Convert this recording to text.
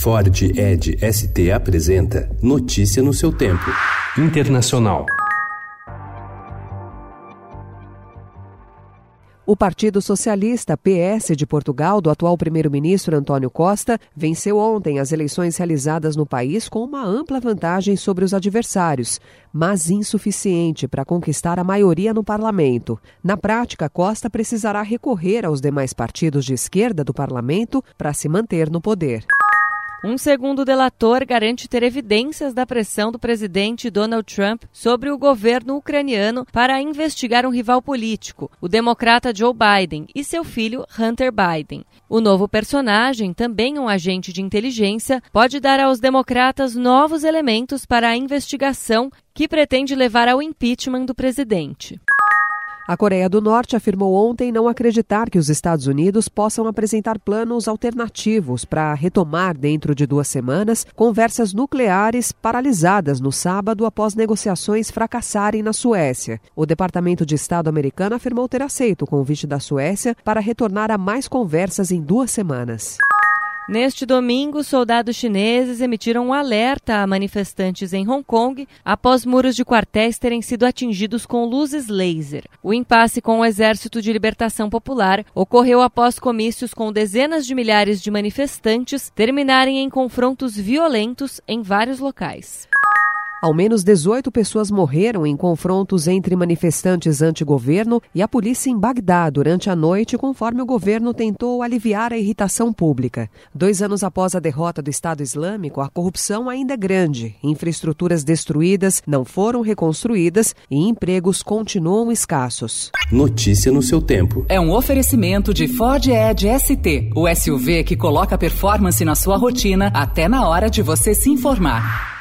Ford Edge ST apresenta Notícia no seu tempo. Internacional. O Partido Socialista, PS, de Portugal, do atual primeiro-ministro António Costa, venceu ontem as eleições realizadas no país com uma ampla vantagem sobre os adversários, mas insuficiente para conquistar a maioria no parlamento. Na prática, Costa precisará recorrer aos demais partidos de esquerda do parlamento para se manter no poder. Um segundo delator garante ter evidências da pressão do presidente Donald Trump sobre o governo ucraniano para investigar um rival político, o democrata Joe Biden, e seu filho Hunter Biden. O novo personagem, também um agente de inteligência, pode dar aos democratas novos elementos para a investigação que pretende levar ao impeachment do presidente. A Coreia do Norte afirmou ontem não acreditar que os Estados Unidos possam apresentar planos alternativos para retomar, dentro de 2 semanas, conversas nucleares paralisadas no sábado após negociações fracassarem na Suécia. O Departamento de Estado americano afirmou ter aceito o convite da Suécia para retornar a mais conversas em 2 semanas. Neste domingo, soldados chineses emitiram um alerta a manifestantes em Hong Kong após muros de quartéis terem sido atingidos com luzes laser. O impasse com o Exército de Libertação Popular ocorreu após comícios com dezenas de milhares de manifestantes terminarem em confrontos violentos em vários locais. Ao menos 18 pessoas morreram em confrontos entre manifestantes anti-governo e a polícia em Bagdá durante a noite, conforme o governo tentou aliviar a irritação pública. 2 anos após a derrota do Estado Islâmico, a corrupção ainda é grande, infraestruturas destruídas não foram reconstruídas e empregos continuam escassos. Notícia no seu tempo. É um oferecimento de Ford Edge ST, o SUV que coloca performance na sua rotina até na hora de você se informar.